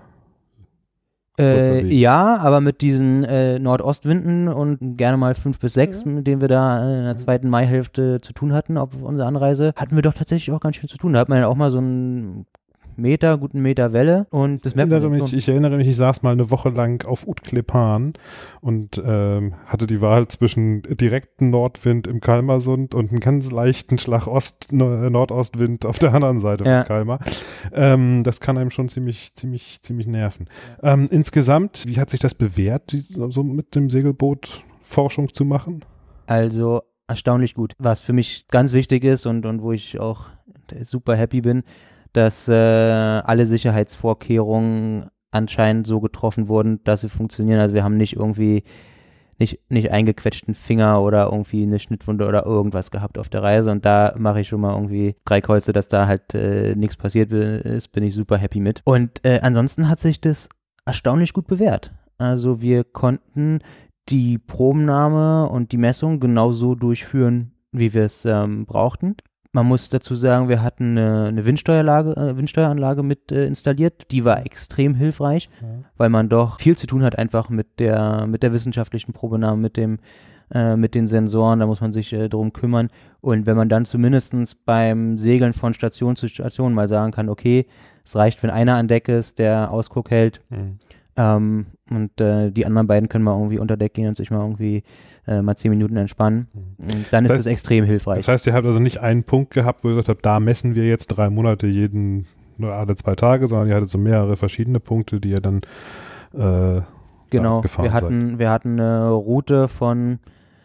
Kurzer Äh, Weg. ja, aber mit diesen äh, Nordostwinden und gerne mal fünf bis sechs, mit denen wir da äh, in der zweiten Maihälfte zu tun hatten auf unserer Anreise, hatten wir doch tatsächlich auch ganz schön zu tun. Da hat man ja auch mal so einen Meter, guten Meter Welle und das Ich merkt man erinnere, jetzt mich, schon. ich erinnere mich, ich saß mal eine Woche lang auf Utklepan und ähm, hatte die Wahl zwischen direkten Nordwind im Kalmarsund und einen ganz leichten Schlag Ost, Nor- Nordostwind auf der anderen Seite Ja. von Kalmar. Ähm, das kann einem schon ziemlich, ziemlich, ziemlich nerven. Ähm, insgesamt, wie hat sich das bewährt, die, so mit dem Segelboot Forschung zu machen? Also erstaunlich gut. Was für mich ganz wichtig ist und, und wo ich auch super happy bin, dass äh, alle Sicherheitsvorkehrungen anscheinend so getroffen wurden, dass sie funktionieren. Also wir haben nicht irgendwie nicht, nicht eingequetschten Finger oder irgendwie eine Schnittwunde oder irgendwas gehabt auf der Reise. Und da mache ich schon mal irgendwie drei Kreuze, dass da halt äh, nichts passiert ist, bin ich super happy mit. Und äh, ansonsten hat sich das erstaunlich gut bewährt. Also wir konnten die Probennahme und die Messung genauso durchführen, wie wir es ähm, brauchten. Man muss dazu sagen, wir hatten eine, eine Windsteuerlage, äh, Windsteueranlage mit äh, installiert. Die war extrem hilfreich, Ja. weil man doch viel zu tun hat einfach mit der, mit der wissenschaftlichen Probenahme, mit dem, äh, mit den Sensoren. Da muss man sich äh, drum kümmern. Und wenn man dann zumindestens beim Segeln von Station zu Station mal sagen kann, okay, es reicht, wenn einer an Deck ist, der Ausguck hält, Mhm. ähm, und äh, die anderen beiden können mal irgendwie unter Deck gehen und sich mal irgendwie äh, mal zehn Minuten entspannen. Mhm. Und dann ist Das das, heißt- extrem hilfreich. Das heißt, ihr habt also nicht einen Punkt gehabt, wo ihr gesagt habt, da messen wir jetzt drei Monate jeden, nur alle zwei Tage, sondern ihr hattet so mehrere verschiedene Punkte, die ihr dann äh, Genau, gefahren wir hatten, wir hatten eine Route von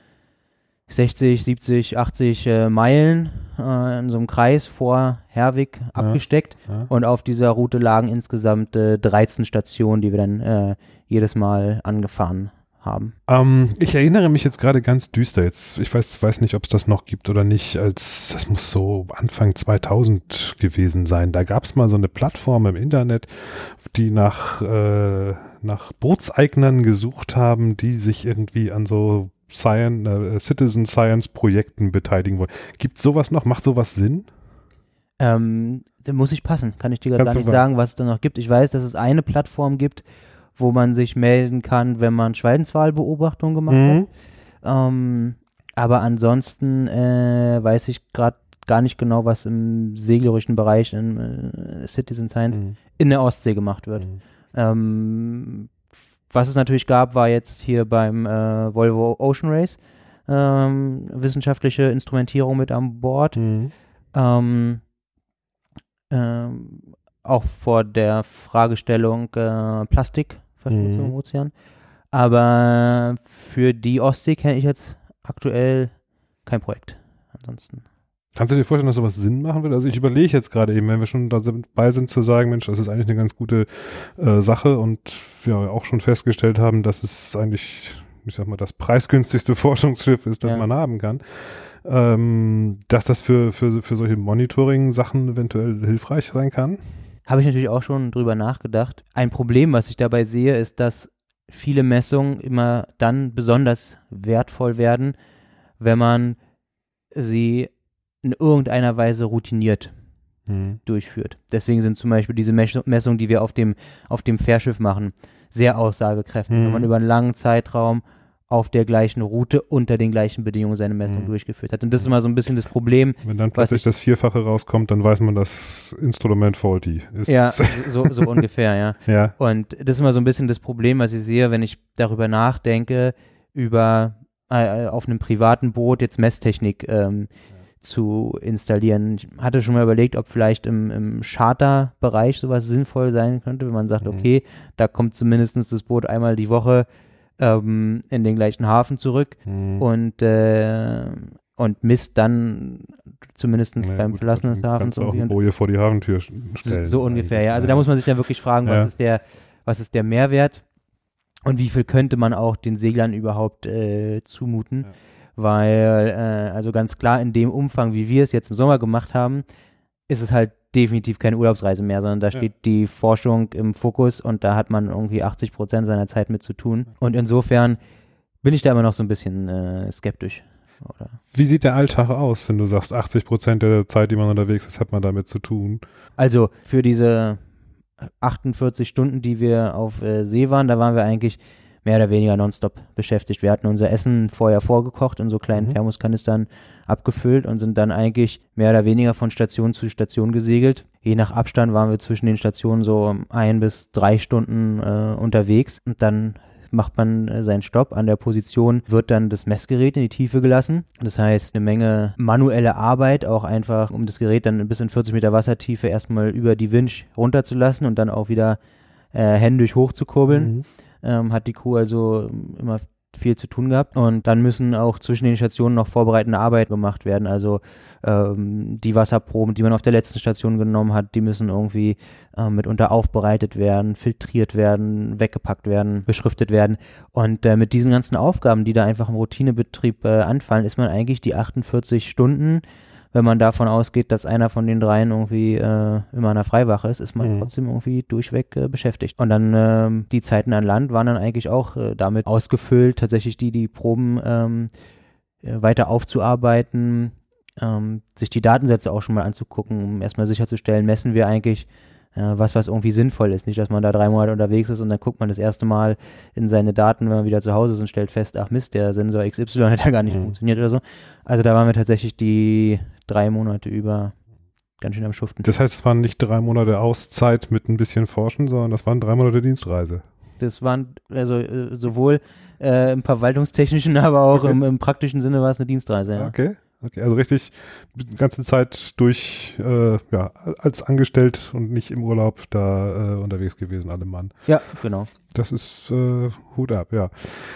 sechzig, siebzig, achtzig äh, Meilen äh, in so einem Kreis vor Herwig abgesteckt. Ja. Und auf dieser Route lagen insgesamt äh, dreizehn Stationen, die wir dann äh, jedes Mal angefahren haben. Ähm, ich erinnere mich jetzt gerade ganz düster jetzt. Ich weiß, weiß nicht, ob es das noch gibt oder nicht. Als das muss so Anfang zweitausend gewesen sein. Da gab es mal so eine Plattform im Internet, die nach äh, nach Bootseignern gesucht haben, die sich irgendwie an so Science, äh, Citizen Science Projekten beteiligen wollen. Gibt sowas noch? Macht sowas Sinn? Ähm, da muss ich passen, kann ich dir Kannst gar du nicht mal- sagen, was es da noch gibt. Ich weiß, dass es eine Plattform gibt, wo man sich melden kann, wenn man Schwalbenswalbeobachtungen gemacht hat. Ähm, aber ansonsten äh, weiß ich gerade gar nicht genau, was im seglerischen Bereich in äh, Citizen Science Mhm. in der Ostsee gemacht wird. Mhm. Ähm, was es natürlich gab, war jetzt hier beim äh, Volvo Ocean Race ähm, wissenschaftliche Instrumentierung mit an Bord. Mhm. Ähm, ähm, auch vor der Fragestellung äh, Plastikverschmutzung Mhm. im Ozean. Aber für die Ostsee kenne ich jetzt aktuell kein Projekt. Ansonsten. Kannst du dir vorstellen, dass sowas Sinn machen würde? Also ich überlege jetzt gerade eben, wenn wir schon dabei sind, zu sagen, Mensch, das ist eigentlich eine ganz gute äh, Sache und wir auch schon festgestellt haben, dass es eigentlich, ich sag mal, das preisgünstigste Forschungsschiff ist, das Ja. man haben kann, ähm, dass das für, für, für solche Monitoring-Sachen eventuell hilfreich sein kann. Habe ich natürlich auch schon drüber nachgedacht. Ein Problem, was ich dabei sehe, ist, dass viele Messungen immer dann besonders wertvoll werden, wenn man sie in irgendeiner Weise routiniert Mhm. durchführt. Deswegen sind zum Beispiel diese Mess- Messungen, die wir auf dem, auf dem Fährschiff machen, sehr aussagekräftig, Mhm. wenn man über einen langen Zeitraum auf der gleichen Route unter den gleichen Bedingungen seine Messung Mhm. durchgeführt hat. Und das ist immer so ein bisschen das Problem. Wenn dann Was plötzlich ich- das Vierfache rauskommt, dann weiß man, das Instrument faulty ist. Ja, so, so ungefähr, ja. Ja. Und das ist immer so ein bisschen das Problem, was ich sehe, wenn ich darüber nachdenke, über äh, auf einem privaten Boot jetzt Messtechnik ähm, zu installieren. Ich hatte schon mal überlegt, ob vielleicht im, im Charterbereich sowas sinnvoll sein könnte, wenn man sagt, Mhm. okay, da kommt zumindest das Boot einmal die Woche ähm, in den gleichen Hafen zurück Mhm. und, äh, und misst dann zumindest Na ja, beim gut, Verlassen des dann Hafens kannst du auch irgendwie eine und Boje vor die Hafentür sch- so, stellen. so ungefähr, ja. Also eigentlich. da muss man sich dann wirklich fragen, Ja. was ist der, was ist der Mehrwert und wie viel könnte man auch den Seglern überhaupt äh, zumuten, Ja. weil äh, also ganz klar in dem Umfang, wie wir es jetzt im Sommer gemacht haben, ist es halt definitiv keine Urlaubsreise mehr, sondern da Ja. steht die Forschung im Fokus und da hat man irgendwie achtzig Prozent seiner Zeit mit zu tun und insofern bin ich da immer noch so ein bisschen äh, skeptisch. Oder? Wie sieht der Alltag aus, wenn du sagst, achtzig Prozent der Zeit, die man unterwegs ist, hat man damit zu tun? Also für diese achtundvierzig Stunden, die wir auf äh, See waren, da waren wir eigentlich mehr oder weniger nonstop beschäftigt. Wir hatten unser Essen vorher vorgekocht, in so kleinen Mhm. Thermoskanistern abgefüllt und sind dann eigentlich mehr oder weniger von Station zu Station gesegelt. Je nach Abstand waren wir zwischen den Stationen so ein bis drei Stunden äh, unterwegs und dann macht man äh, seinen Stopp. An der Position wird dann das Messgerät in die Tiefe gelassen. Das heißt, eine Menge manuelle Arbeit, auch einfach, um das Gerät dann bis in vierzig Meter Wassertiefe erstmal über die Winch runterzulassen und dann auch wieder äh, händisch hochzukurbeln. Mhm. Ähm, hat die Crew also immer viel zu tun gehabt. Und dann müssen auch zwischen den Stationen noch vorbereitende Arbeit gemacht werden. Also ähm, die Wasserproben, die man auf der letzten Station genommen hat, die müssen irgendwie äh, mitunter aufbereitet werden, filtriert werden, weggepackt werden, beschriftet werden. Und äh, mit diesen ganzen Aufgaben, die da einfach im Routinebetrieb äh, anfallen, ist man eigentlich die achtundvierzig Stunden, wenn man davon ausgeht, dass einer von den dreien irgendwie äh, immer an der Freiwache ist, ist man Mhm. trotzdem irgendwie durchweg äh, beschäftigt. Und dann ähm, die Zeiten an Land waren dann eigentlich auch äh, damit ausgefüllt, tatsächlich die, die Proben ähm, äh, weiter aufzuarbeiten, ähm, sich die Datensätze auch schon mal anzugucken, um erstmal sicherzustellen, messen wir eigentlich äh, was, was irgendwie sinnvoll ist. Nicht, dass man da drei Monate unterwegs ist und dann guckt man das erste Mal in seine Daten, wenn man wieder zu Hause ist und stellt fest, ach Mist, der Sensor X Y hat ja gar nicht Mhm. funktioniert oder so. Also da waren wir tatsächlich die drei Monate über ganz schön am Schuften. Das heißt, es waren nicht drei Monate Auszeit mit ein bisschen Forschen, sondern das waren drei Monate Dienstreise. Das waren also äh, sowohl äh, im verwaltungstechnischen, aber auch Okay. im, im praktischen Sinne war es eine Dienstreise. Ja. Okay. Okay, also richtig die ganze Zeit durch, äh, ja, als angestellt und nicht im Urlaub da äh, unterwegs gewesen, alle Mann. Ja, genau. Das ist äh, Hut ab, ja.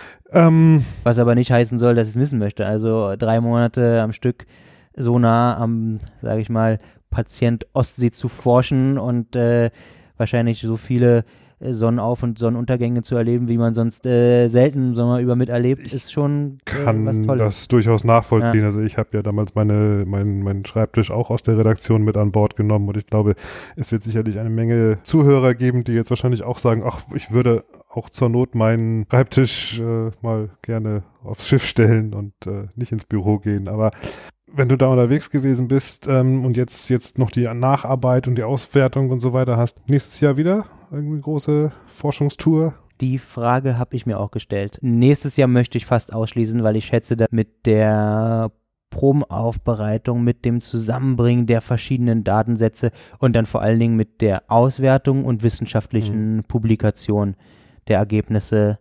Ähm, Was aber nicht heißen soll, dass ich es missen möchte. Also drei Monate am Stück so nah am, sage ich mal, Patient Ostsee zu forschen und äh, wahrscheinlich so viele äh, Sonnenauf- und Sonnenuntergänge zu erleben, wie man sonst äh, selten im Sommer über miterlebt, Ich ist schon äh, kann was Tolles. das durchaus nachvollziehen. Also ich habe ja damals meine, mein, meinen Schreibtisch auch aus der Redaktion mit an Bord genommen und ich glaube, es wird sicherlich eine Menge Zuhörer geben, die jetzt wahrscheinlich auch sagen, ach, ich würde auch zur Not meinen Schreibtisch äh, mal gerne aufs Schiff stellen und äh, nicht ins Büro gehen. Aber wenn du da unterwegs gewesen bist ähm, und jetzt, jetzt noch die Nacharbeit und die Auswertung und so weiter hast, nächstes Jahr wieder irgendwie große Forschungstour? Die Frage habe ich mir auch gestellt. Nächstes Jahr möchte ich fast ausschließen, weil ich schätze, dass mit der Probenaufbereitung, mit dem Zusammenbringen der verschiedenen Datensätze und dann vor allen Dingen mit der Auswertung und wissenschaftlichen Mhm. Publikation der Ergebnisse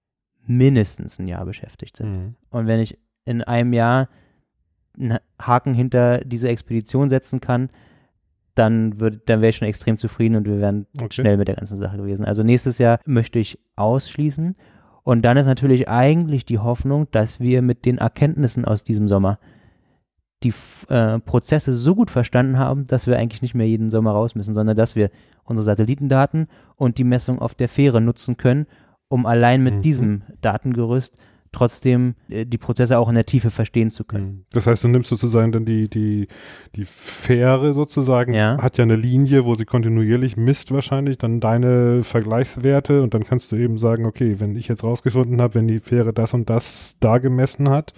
mindestens ein Jahr beschäftigt sind. Mhm. Und wenn ich in einem Jahr einen Haken hinter diese Expedition setzen kann, dann, würd, dann wäre ich schon extrem zufrieden und wir wären Okay. schnell mit der ganzen Sache gewesen. Also nächstes Jahr möchte ich ausschließen. Und dann ist natürlich eigentlich die Hoffnung, dass wir mit den Erkenntnissen aus diesem Sommer die äh, Prozesse so gut verstanden haben, dass wir eigentlich nicht mehr jeden Sommer raus müssen, sondern dass wir unsere Satellitendaten und die Messung auf der Fähre nutzen können, um allein mit Mhm. diesem Datengerüst trotzdem äh, die Prozesse auch in der Tiefe verstehen zu können. Das heißt, du nimmst sozusagen dann die, die, die Fähre sozusagen, Ja. hat ja eine Linie, wo sie kontinuierlich misst wahrscheinlich, dann deine Vergleichswerte und dann kannst du eben sagen, okay, wenn ich jetzt rausgefunden habe, wenn die Fähre das und das da gemessen hat,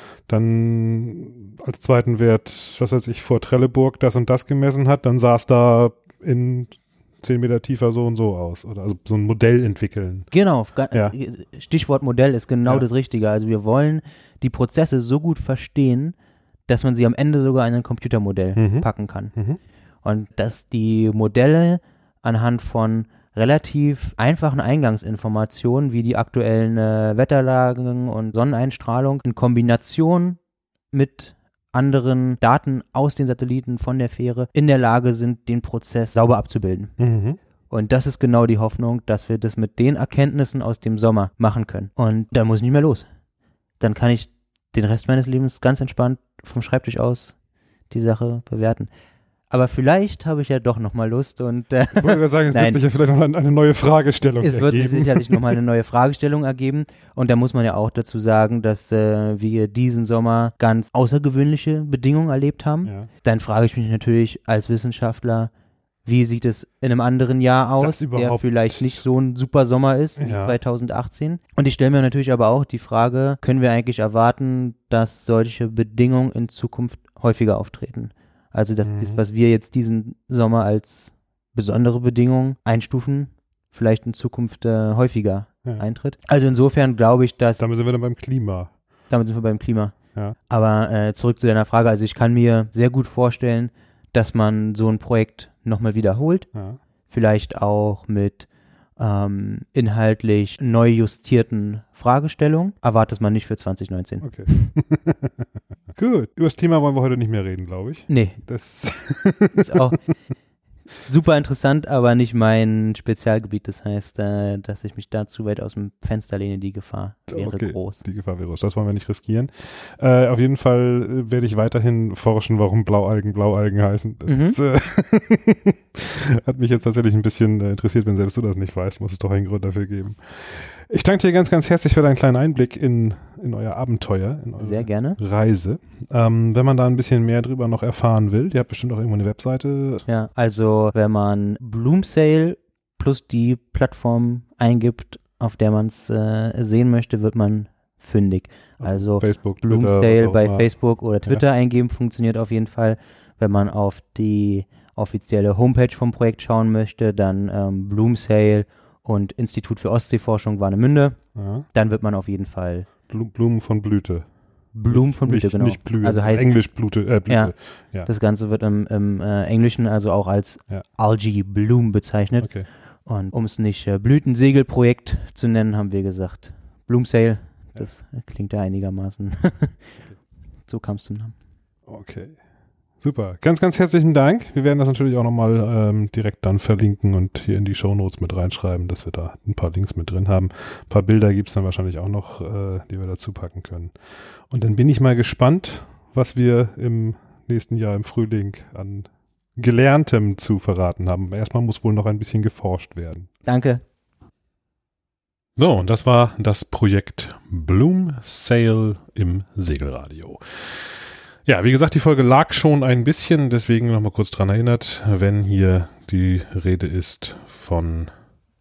dann als zweiten Wert, was weiß ich, vor Trelleburg das und das gemessen hat, dann sah es da in zehn Meter tiefer so und so aus. Oder also so ein Modell entwickeln. Genau, ga- Ja. Stichwort Modell ist genau Ja. das Richtige. Also wir wollen die Prozesse so gut verstehen, dass man sie am Ende sogar in ein Computermodell Mhm. packen kann. Mhm. Und dass die Modelle anhand von relativ einfachen Eingangsinformationen wie die aktuellen äh, Wetterlagen und Sonneneinstrahlung in Kombination mit anderen Daten aus den Satelliten von der Fähre in der Lage sind, den Prozess sauber abzubilden. Mhm. Und das ist genau die Hoffnung, dass wir das mit den Erkenntnissen aus dem Sommer machen können. Und dann muss ich nicht mehr los. Dann kann ich den Rest meines Lebens ganz entspannt vom Schreibtisch aus die Sache bewerten. Aber vielleicht habe ich ja doch nochmal Lust und äh, Ich wollte gerade sagen, es Nein. wird sich ja vielleicht noch eine, eine neue Fragestellung es wird sich ergeben. sicherlich nochmal eine neue Fragestellung ergeben. Und da muss man ja auch dazu sagen, dass äh, wir diesen Sommer ganz außergewöhnliche Bedingungen erlebt haben. Ja. Dann frage ich mich natürlich als Wissenschaftler, wie sieht es in einem anderen Jahr aus, Das der überhaupt- vielleicht nicht so ein super Sommer ist wie Ja. zweitausendachtzehn. Und ich stelle mir natürlich aber auch die Frage, können wir eigentlich erwarten, dass solche Bedingungen in Zukunft häufiger auftreten? Also dass Mhm. das, was wir jetzt diesen Sommer als besondere Bedingungen einstufen, vielleicht in Zukunft äh, häufiger Ja. eintritt. Also insofern glaube ich, dass, Damit sind wir dann beim Klima. damit sind wir beim Klima. Ja. Aber äh, zurück zu deiner Frage, also ich kann mir sehr gut vorstellen, dass man so ein Projekt nochmal wiederholt, Ja. vielleicht auch mit ähm, inhaltlich neu justierten Fragestellungen. Erwartet man nicht für zwanzig neunzehn. Okay. Gut. Über das Thema wollen wir heute nicht mehr reden, glaube ich. Nee, Das ist auch super interessant, aber nicht mein Spezialgebiet. Das heißt, äh, dass ich mich da zu weit aus dem Fenster lehne, die Gefahr wäre okay. groß. Die Gefahr wäre groß. Das wollen wir nicht riskieren. Äh, auf jeden Fall äh, werde ich weiterhin forschen, warum Blaualgen Blaualgen heißen. Das Mhm. äh, hat mich jetzt tatsächlich ein bisschen äh, interessiert. Wenn selbst du das nicht weißt, muss es doch einen Grund dafür geben. Ich danke dir ganz, ganz herzlich für deinen kleinen Einblick in, in euer Abenteuer, in eure Sehr gerne. Reise. Ähm, wenn man da ein bisschen mehr drüber noch erfahren will, ihr habt bestimmt auch irgendwo eine Webseite. Ja, also wenn man Bloomsail plus die Plattform eingibt, auf der man es äh, sehen möchte, wird man fündig. Also Facebook, Bloomsail Twitter, was auch bei immer. Facebook oder Twitter eingeben funktioniert auf jeden Fall. Wenn man auf die offizielle Homepage vom Projekt schauen möchte, dann ähm, Bloomsail und Institut für Ostseeforschung Warnemünde. Ja. Dann wird man auf jeden Fall Blu- Blumen von Blüte. Blumen von Blüte, nicht, genau. Nicht Blühe. Also heißt- Englisch Blüte. Äh, Blüte. Ja. Ja. Das Ganze wird im, im äh, Englischen also auch als Ja. Algae Bloom bezeichnet. Okay. Und um es nicht äh, Blütensegelprojekt zu nennen, haben wir gesagt Bloomsail. Das äh, klingt ja einigermaßen. So kam es zum Namen. Okay. Super. Ganz, ganz herzlichen Dank. Wir werden das natürlich auch nochmal ähm, direkt dann verlinken und hier in die Shownotes mit reinschreiben, dass wir da ein paar Links mit drin haben. Ein paar Bilder gibt es dann wahrscheinlich auch noch, äh, die wir dazu packen können. Und dann bin ich mal gespannt, was wir im nächsten Jahr im Frühling an Gelerntem zu verraten haben. Erstmal muss wohl noch ein bisschen geforscht werden. Danke. So, und das war das Projekt Bloomsail im Segelradio. Ja, wie gesagt, die Folge lag schon ein bisschen, deswegen nochmal kurz dran erinnert, wenn hier die Rede ist von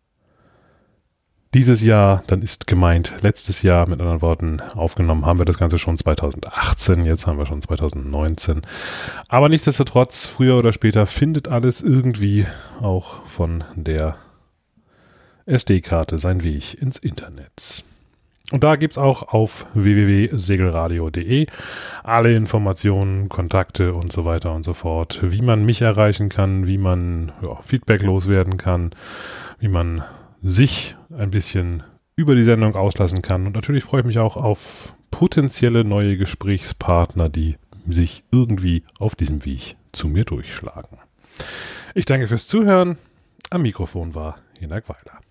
dieses Jahr, dann ist gemeint letztes Jahr, mit anderen Worten, aufgenommen haben wir das Ganze schon zweitausendachtzehn, jetzt haben wir schon zweitausendneunzehn. Aber nichtsdestotrotz, früher oder später findet alles irgendwie auch von der S D-Karte seinen Weg ins Internet. Und da gibt es auch auf w w w punkt segelradio punkt de alle Informationen, Kontakte und so weiter und so fort, wie man mich erreichen kann, wie man ja, Feedback loswerden kann, wie man sich ein bisschen über die Sendung auslassen kann. Und natürlich freue ich mich auch auf potenzielle neue Gesprächspartner, die sich irgendwie auf diesem Weg zu mir durchschlagen. Ich danke fürs Zuhören. Am Mikrofon war Hinak Weiler.